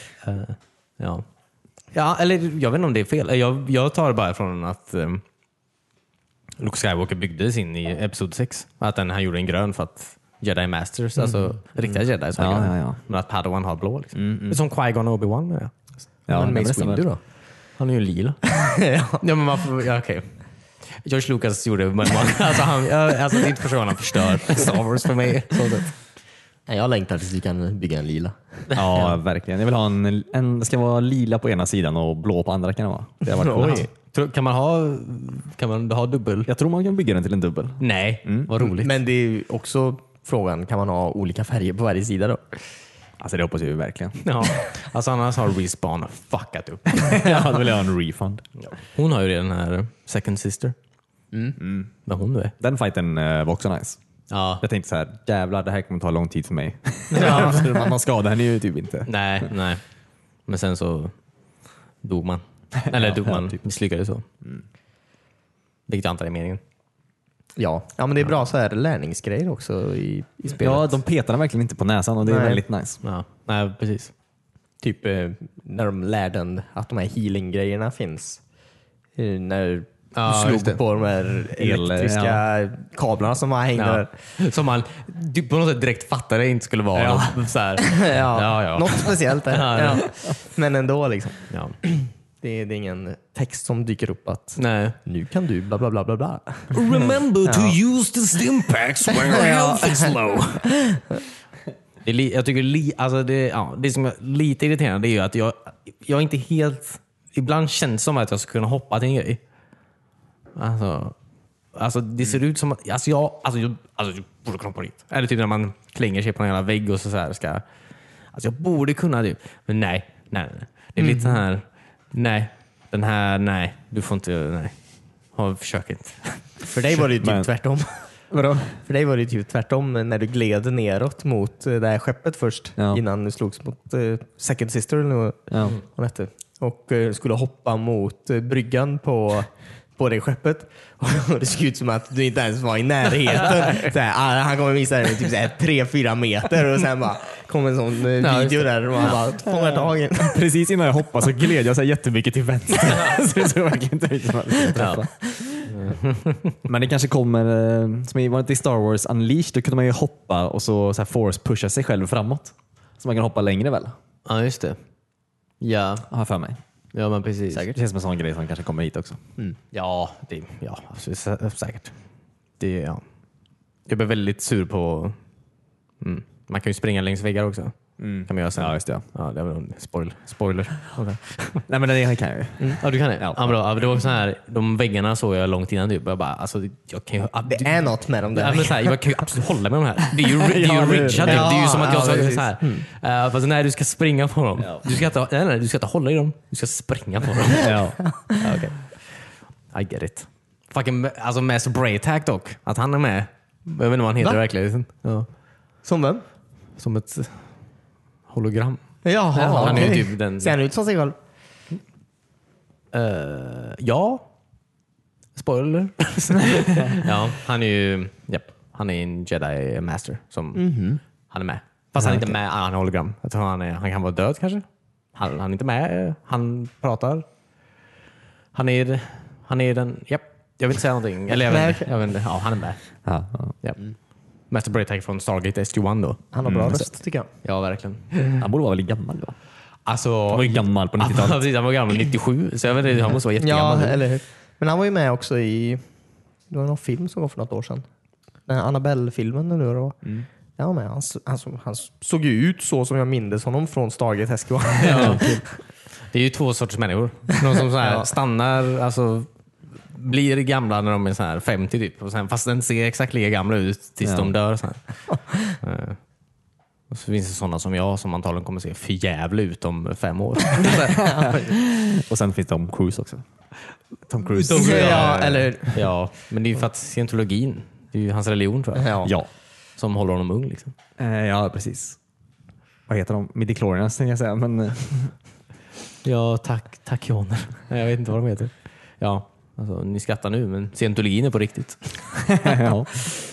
Ja, eller jag vet inte om det är fel. Jag tar det bara från att Luke Skywalker byggde sin i Episod 6. Att han gjorde en grön för att Jedi Masters, alltså riktiga Jedi, så Ja. men att Padawan har blå. Liksom. Det är som Qui-Gon och Obi-Wan med det. Men det Mace stämmer. Windu då? Han är ju lila. Ja, men varför, okej. George Lucas gjorde alltså det är inte första gången han förstör Star Wars för mig. Så sätt. Nej, jag längtar tills vi kan bygga en lila. Ja, verkligen. Jag vill ha det ska vara lila på ena sidan och blå på andra kan det vara. Det har varit coolt. Kan man ha dubbel? Jag tror man kan bygga den till en dubbel. Nej, vad roligt. Men det är ju också frågan, kan man ha olika färger på varje sida då? Alltså det hoppas jag ju verkligen. Ja, alltså annars har Respawn fuckat upp. Jag hade velat ha en refund. Hon har ju redan den här Second Sister. Vad hon nu är. Den fighten var också nice. Ja. Jag tänkte så här, jävlar det här kommer ta lång tid för mig. Ja. Man skadar henne ju typ inte. Nej. Men sen så dog man. Eller dog man, typ. misslyckades så. Vilket jag antar är meningen. Ja, men det är bra så här lärningsgrejer också i spelet. Ja, de petar verkligen inte på näsan och det är Nej. väldigt nice. Ja, nej precis. Typ när de lärde en att de här healing-grejerna finns. När du just det. slog på de här elektriska kablarna som var hängda där. Som man på något sätt direkt fattade inte skulle vara något så här. Ja. Något speciellt där. Ja. Men ändå liksom. Ja. Det är ingen text som dyker upp att Nej. nu kan du bla bla bla bla bla. Remember to use the stimpaks when your health is low. Jag tycker alltså det som är lite irriterande är ju att jag inte helt... Ibland känns som att jag ska kunna hoppa till en grej. Alltså det ser ut som att... jag borde kunna hoppa dit. Eller typ när man klänger sig på en jävla vägg och så här ska... Alltså jag borde kunna det. Men nej. Det är lite så här... Nej. Du får inte... Nej. Försök inte. För dig var det ju typ tvärtom. Vadå? För dig var det ju typ tvärtom när du gled neråt mot det här skeppet först. Ja. Innan du slogs mot Second Sister eller vad hon hette. Och skulle hoppa mot bryggan på det skeppet. Och det såg ut som att du inte ens var i närheten. Såhär, han kommer missa det typ 3-4 meter och sen bara kom en sån video där och man bara fångar tagen. Precis innan jag hoppade så gled jag så här jättemycket till vänster. Så det såg verkligen inte ut som att jag skulle träffa. Men det kanske kommer, som var det i Star Wars Unleashed, då kunde man ju hoppa och så här force pusha sig själv framåt. Så man kan hoppa längre väl? Ja, just det. Ja. Har för mig. Ja, men precis. Det känns som en sån grej som kanske kommer hit också. Ja, säkert. Jag blir väldigt sur på... Man kan ju springa längs väggar också. Kan man göra sen. Ja, just det. Ja, det var en spoiler. Okay. Nej, men det kan jag ju. Ja, du kan det? Ja, bra. Det var så här, de väggarna såg jag långt innan. Typ. Jag bara, alltså, jag kan ju... Det är något med dem där. Ja, men så här, jag kan ju absolut hålla med de här. Det är ju Richard. Det är ju som att jag sa så här. Fast nej, du ska springa på dem. Ja. Du ska inte hålla i dem. Du ska springa på dem. Ja. Okay. I get it. Fucking, alltså Master Braytac dock. Att han är med. Jag vet inte vad han heter verkligen. Ja. Som vem? Som ett hologram. Jaha, han är ju okej. typ den... Ser han ut som sig själv? Ja. Spoiler. Ja, han är ju... han är en Jedi Master. Som han är med. Fast han är inte med. Han är hologram. Jag tror han kan vara död kanske. Han är inte med. Han pratar. Han är den... Jag vill inte säga någonting. Eller jag vet inte. Ja, han är med. Ja. Master Braytac från Stargate SG-1 då. Han har bra röst tycker jag. Ja, verkligen. Han borde vara väldigt gammal då. Alltså, Han var ju gammal på 90-talet. Han var gammal 97. Så jag vet inte, han måste vara jättegammal. Ja, eller hur? Men han var ju med också i... Det var någon film som var för något år sedan. Den här Annabelle-filmen nu då. Ja, men han såg ju ut så som jag mindes honom från Stargate SG-1. Ja. Det är ju två sorters människor. Någon som så här stannar, alltså blir gamla när de är så här 50 typ. Och sen, fast den ser exakt lika gamla ut tills de dör. Så här. Och så finns det sådana som jag som antagligen kommer se för jävla ut om 5 år. Och sen finns Tom Cruise också. Tom Cruise. Ja, eller... Ja, men det är ju för att scientologin, det är ju hans religion tror jag. Ja. Som håller honom ung liksom. Ja, precis. Vad heter de? Midichlorians tänkte jag säga. Men... Ja, tack Joner. Jag vet inte vad de heter. Ja, alltså, ni skrattar nu, men scientologin är på riktigt. Ja.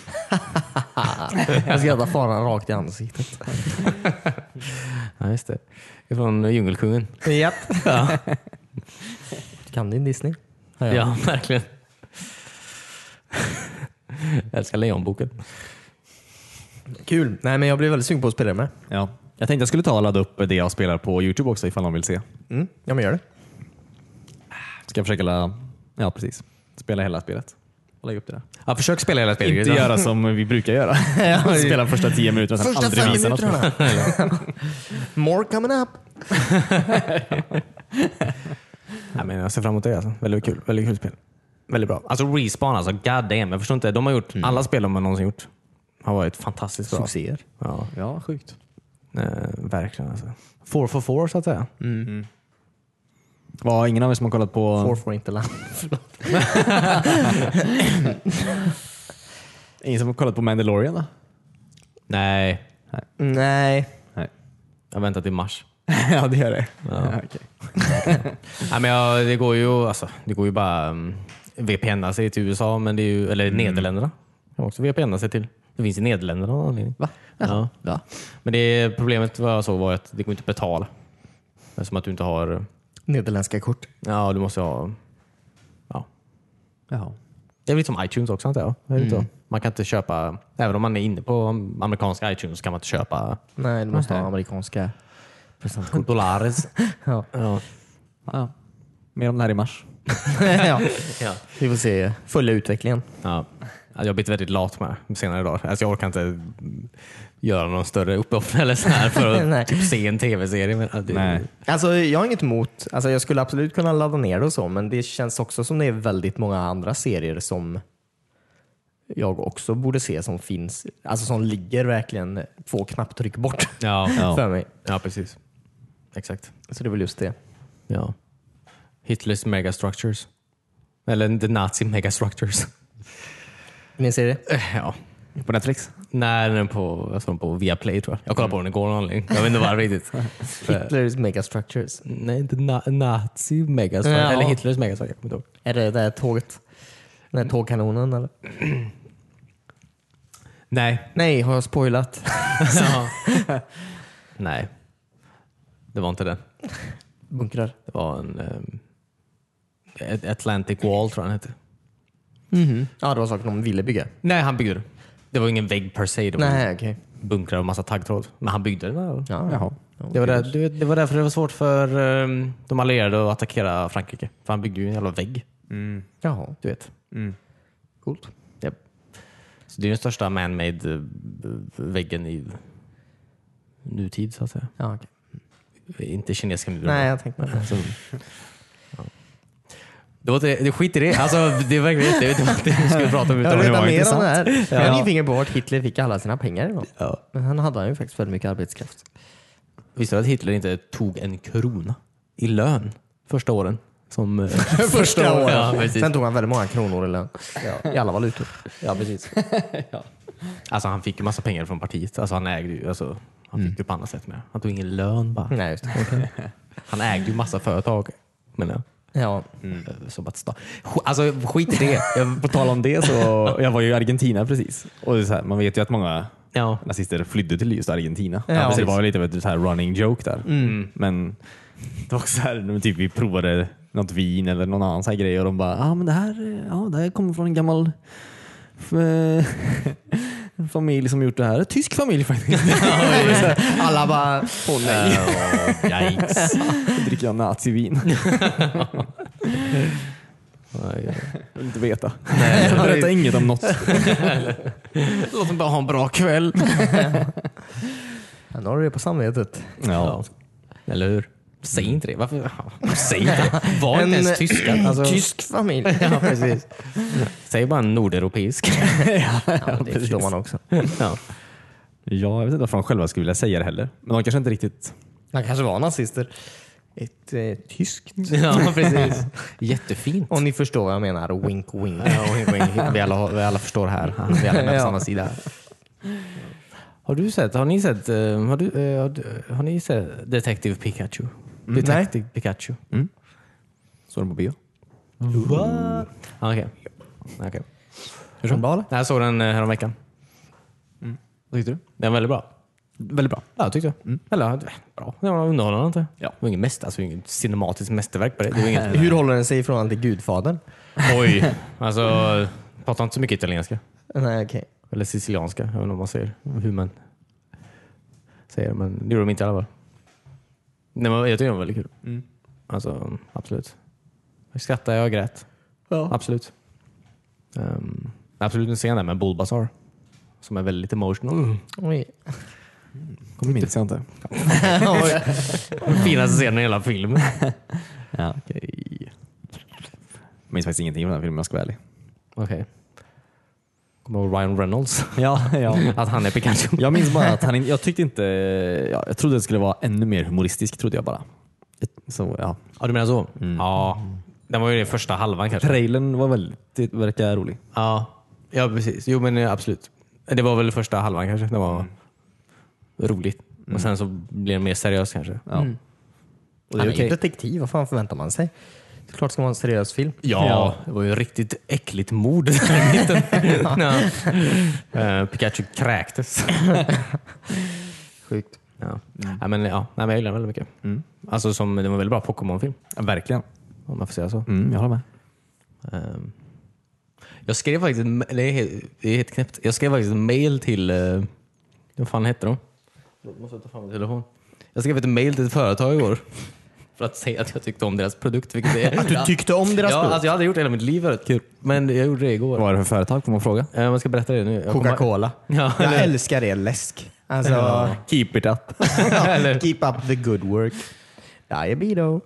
Jag skrattar faran rakt i ansiktet. Ja, just det. Det är från Djungelkungen. Japp. Ja, Kan din Disney? ja verkligen. Jag älskar Lejonboken. Kul. Nej, men jag blev väldigt sugen på att spela det med. Ja. Jag tänkte jag skulle ta och ladda upp det jag spelar på YouTube också ifall någon vill se. Ja, men gör det. Ska jag försöka spela hela spelet och lägga upp det där. Ja, försök spela hela spelet. Inte göra som vi brukar göra. Spela första 10 minuter och sen Första aldrig 5 visa något. minuterna. More coming up. Ja, men jag ser fram emot det. Alltså. Väldigt kul spel. Väldigt bra. Alltså Respawn, alltså god damn. Jag förstår inte. De har gjort alla spel de har någonsin gjort. Har varit fantastiskt bra. Succéer. Ja, Ja, sjukt. verkligen. Alltså. 4 for 4 så att säga. Var ingen av er som har kollat på... For inte land. Ingen som har kollat på Mandalorian då? Nej, Nej. jag väntar till mars. Ja, det gör det. Ja. Ja, okej. Nej, men det går ju bara VPN-a sig till USA, men det är ju, eller Nederländerna. Kan också VPN-a sig till. Det finns i Nederländerna av någon anledning. Va? Ja. Men problemet var att det går inte att betala. Det är som att du inte har... Nederländska kort. Ja, du måste ha... Ja. Jaha. Det är lite som iTunes också, antar jag. Är det inte så? Man kan inte köpa... Även om man är inne på amerikanska iTunes så kan man inte köpa Nej, du måste ha amerikanska presentkort. dollares. Ja. Ja. Mer om det här i mars. Ja. Ja. Vi får se. Följa utvecklingen. Ja. Jag har blivit väldigt lat med senare dagar. Alltså jag orkar inte göra någon större uppoffring eller så här för Nej. att typ se en tv-serie. Men Nej. Alltså, jag har inget emot. Alltså, jag skulle absolut kunna ladda ner det och så, men det känns också som det är väldigt många andra serier som jag också borde se som finns. Alltså som ligger verkligen 2 knapptryck bort Ja, för mig. ja, precis. Exakt. Så det är väl just det. Ja. Hitlers megastructures. Eller the Nazi megastructures. Min serie? Ja. På Netflix? Nej, den är på Viaplay tror jag. Jag kollade på den igår någon anledning. Jag vet inte varför riktigt. Hitler's Megastructures. Nej, inte Nazi megastructure. Ja. Eller Hitlers megastructure. Jag kommer inte ihåg. Är det där tåget? Den här tågkanonen eller? Nej. Nej, har jag spoilat? Ja. Nej. Det var inte den. Bunkrar. Det var en Atlantic Wall tror jag den hette. Ja, det var saker de ville bygga. Nej, han byggde den. Det var ingen vägg per se. Det var Nej, okej. bunkrar och massa taggtråd. Men han byggde den. Ja. Jaha. Det var därför det var svårt för de allierade att attackera Frankrike. För han byggde ju en jävla vägg. Jaha. Du vet. Coolt. Yep. Så det är den största man-made väggen i nutid så att säga. Ja, okej. Inte kinesiska murar. Nej, jag tänkte Alltså, ja. Det skit i det. Alltså, det är verkligen inte. Jag vet inte vad det skulle prata om. Jag Utan vill det veta var mer om intressant. det här. Jag är Ja. nyfiken på vart Hitler fick alla sina pengar ifrån. Ja. Men han hade ju faktiskt väldigt mycket arbetskraft. Visste du att Hitler inte tog en krona i lön första åren? Som, Första året. Ja, precis. Sen tog han väldigt många kronor i lön. I alla valutor. Ja, precis. Alltså, han fick ju massa pengar från partiet. Alltså, han ägde ju, alltså, han fick ju på annat sätt med. Han tog ingen lön bara. Nej, just det. Han ägde ju massa företag. Men Ja. som att alltså, skit i det. På tal om det så jag var ju i Argentina precis. Och det är så här, man vet ju att många Ja. nazister flydde till just Argentina. Ja, Så det precis. var ju lite av ett så här running joke där. Men det var också så här, typ, vi provade något vin eller någon annan så här grej och de bara, men det här kommer från en gammal familj som gjort det här. Tysk familj faktiskt. Alla bara, nej. Yikes. Då dricker jag nazivin. Jag vill inte veta. Jag berättar inget om något. Låt dem bara ha en bra kväll. Nu har du det på samvetet. Ja. Eller hur? Säg inte det. Varför? Säg inte det. Var inte ens tyskar. Alltså, Tysk familj. ja, precis. Säg bara en nordeuropeisk. Ja, det förstår man också. Ja. Ja, jag vet inte varför de själva skulle vilja säga det heller. Men de kanske inte riktigt... Han kanske var nazister. Ett tyskt. Ja, precis. Jättefint. Om ni förstår vad jag menar. Wink, wink. Ja, wink, wink. Vi alla förstår här. Vi alla är med på Ja. samma sida. Har ni sett Detective Pikachu? Detective Pikachu. Så den på bio. What? Okej. Hur som bra? Jag såg den häromveckan. Vad tyckte du? Den var väldigt bra. Väldigt bra. Ja, tyckte jag. Eller bra. Det var underhållande inte. Ja. Det var inget cinematiskt mästerverk på det. Det var inget. Hur håller den sig ifrån till Gudfadern? Oj. Alltså, pratar inte så mycket italienska. Nej, okej. Eller sicilianska. Jag vet inte om man säger. Hur man säger. Men det gjorde de inte i alla fall. Nej, men jag tycker det var väldigt kul. Alltså, absolut. Jag skrattade, jag grät. Ja. Absolut. Absolut en scen där med Bulbasaur. Som är väldigt emotional. Oj. Minns jag inte. Finaste scenen i hela filmen. Ja, okej. Jag minns faktiskt ingenting från den filmen, jag ska vara ärlig. Okej. Kommer du ihåg Ryan Reynolds? Ja. Att han är Pikachu. Jag minns bara att jag tyckte inte... Ja, jag trodde det skulle vara ännu mer humoristisk, trodde jag bara. Så, ja. Ja, du menar så? Ja. Den var ju den första halvan kanske. Trailern var väldigt, verkar rolig. Ja, precis. Jo, men absolut. Det var väl första halvan kanske. Det var roligt. Och sen så blir det mer seriöst kanske. Ja. Och det är han är okej. ju detektiv, vad fan förväntar man sig? Det är klart det ska vara en seriös film. Ja, det var ju riktigt äckligt mord. Pikachu kräktes. Sjukt. Ja. Nej, men jag gillar den väldigt mycket. Alltså, det var en väldigt bra Pokémon-film. Ja, verkligen. Om man får säga så. Jag håller med. Jag skrev faktiskt det är helt knäppt. Jag skrev faktiskt en mail till vad fan heter de? Jag måste ta fram min telefon. Jag skrev ett mail till ett företag igår för att säga att jag tyckte om deras produkt, vilket det är. Att du tyckte om deras Ja, produkt? alltså jag hade gjort det hela mitt liv väldigt kul, men jag gjorde det igår. Vad är det för företag? Får man fråga? Man ska berätta det nu. Coca-Cola. Ja, Jag eller- älskar er läsk. Alltså, Keep it up. Eller- keep up the good work. Diabedo.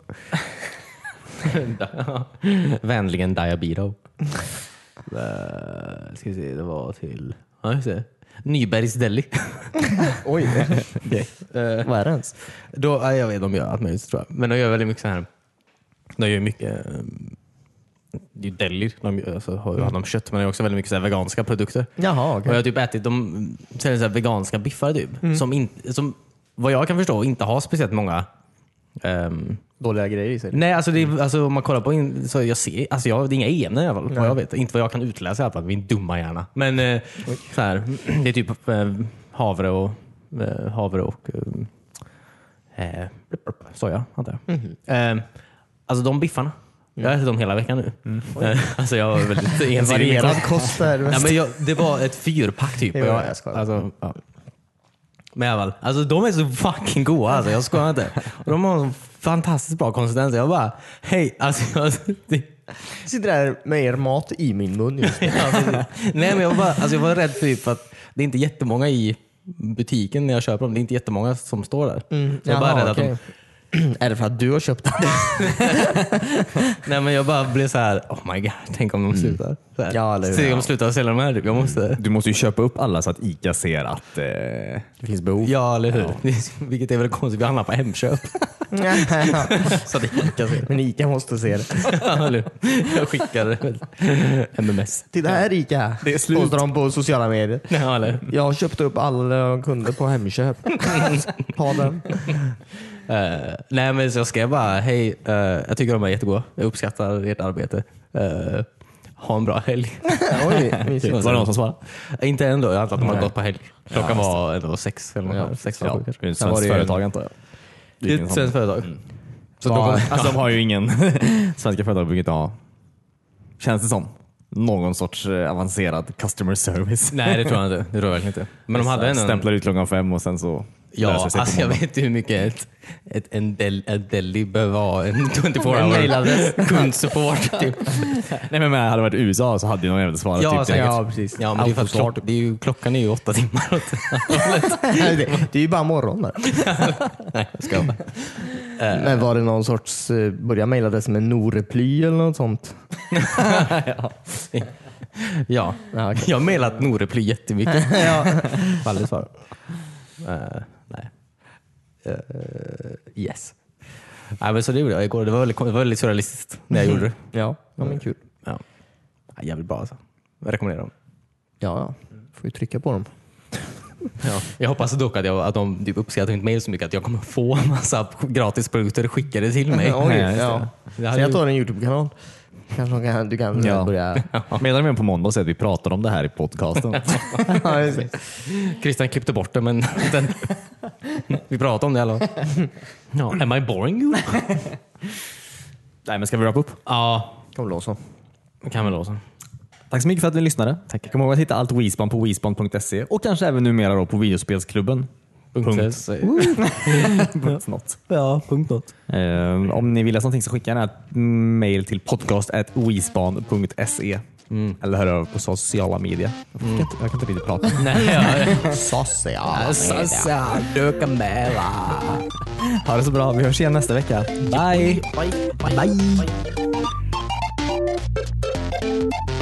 Vänligen Diabedo. Ska vi se, det var till just det. Nybergs Deli. Oj. Vad är det ens? Jag vet, de gör allt möjligt tror jag. Men de gör väldigt mycket så här. De gör mycket det är ju delir. De har de kött, men det är också väldigt mycket så här veganska produkter. Jaha, Och okej. jag har typ ätit de så här veganska biffar typ, som vad jag kan förstå inte har speciellt många Dåliga grejer i sig. nej, alltså om man kollar på så jag ser, det är inga ämnen i alla fall, vad jag vet. Inte vad jag kan utläsa i alla fall, min dumma hjärna. Men så här, det är typ havre och soja, antar jag. Alltså de biffarna. Jag har ätit dem hela veckan nu. Alltså jag var väldigt ensidig. Varierad kost där. Ja, men det var ett 4-pack typ. Jo, jag skojar. Alltså, ja. Men i alla fall, alltså de är så fucking goda. Alltså, jag skojar inte. Och de har en fantastiskt bra konsistens. Jag bara, hej. Alltså, Jag sitter där med er mat i min mun just nu. nej, men jag var rädd för typ att det är inte jättemånga i butiken när jag köper dem. Det är inte jättemånga som står där. Så jag bara rädd att de... Är det för att du har köpt den? Nej, men jag bara blev så här, oh my god, tänk om de slutar. Så här. Ja, eller hur? Tänk om de slutar sälja de här. Jag måste... Du måste ju köpa upp alla så att ICA ser att det finns behov. Ja, eller hur? Vilket är väl konstigt, vi hamnar på Hemköp. Så det kan se. Men Ica måste se det. Ja, eller hur? Jag skickar MMS. Titta här Ica. Det är slut. Postar de på sociala medier. Ja, eller? Jag har köpt upp alla kunder på Hemköp. Ha den. Nej, men så jag skrev bara, hej, jag tycker de är jättegoda. Jag uppskattar ert arbete. Ha en bra helg. Oj, mysigt. Var det någon som svarade? Inte ändå, jag antar att de har Nej. gått på helg. Klockan var ändå 6 eller något. 6 Ja, kanske. det är ett Sen var svenskt det ju företag antar jag. Det är ett svenskt företag. Så alltså, de har ju ingen... Svenska företag brukar inte ha, känns det som, någon sorts avancerad customer service. Nej, det tror jag inte. Det tror jag verkligen inte. Men de hade Stämplar ut klockan 5 och sen så Ja, löser det sig alltså på jag måndag. vet hur mycket en deli behöver ha en 24 En hour mailadress. kundsupport. Typ. Nej, men hade det varit USA så hade ju någon jävla svarat Ja, typ direkt. Ja, precis. Ja, men det är för att Autostart. klockan är ju 8 timmar. Det är ju bara morgon där. Nej, jag ska bara. Men var det någon sorts, börja mailadress med Noreply eller något sånt? Ja, Ja, okej. jag har mailat Noreply jättemycket. Aldrig svar. Nej. Yes. Nej, men så det gjorde jag igår. Det var väldigt surrealistiskt när jag gjorde det. Ja, men kul. Ja. Jävligt bra alltså. Jag rekommenderar dem. Ja, får ju trycka på dem. Ja. Jag hoppas dock att de typ uppskattar mitt mail så mycket att jag kommer få en massa gratis produkter skickade till mig. Oj, just det. ja. Det hade Så jag ju- tar en YouTube-kanal. Kanske du kan börja... Medan vi är på måndag så att vi pratar om det här i podcasten. Ja, just det. Christian klippte bort det, men vi pratade om det i alla fall. Ja, am I boring you? Nej, men ska vi wrap upp? Ja, Kom då så. det kan väl låta. Tack så mycket för att ni lyssnade. Tack. Kom ihåg att hitta allt WeSpan på WeSpan.se och kanske även numera då på videospelsklubben. Något. Ja, punkt något. Om ni vill läsa någonting så skicka gärna ett mail till podcast@wespan.se eller hör över på sociala medier. Jag kan inte riktigt prata. Nej, Sociala döka med. Ha det så bra. Vi hörs igen nästa vecka. Bye! Bye. Bye.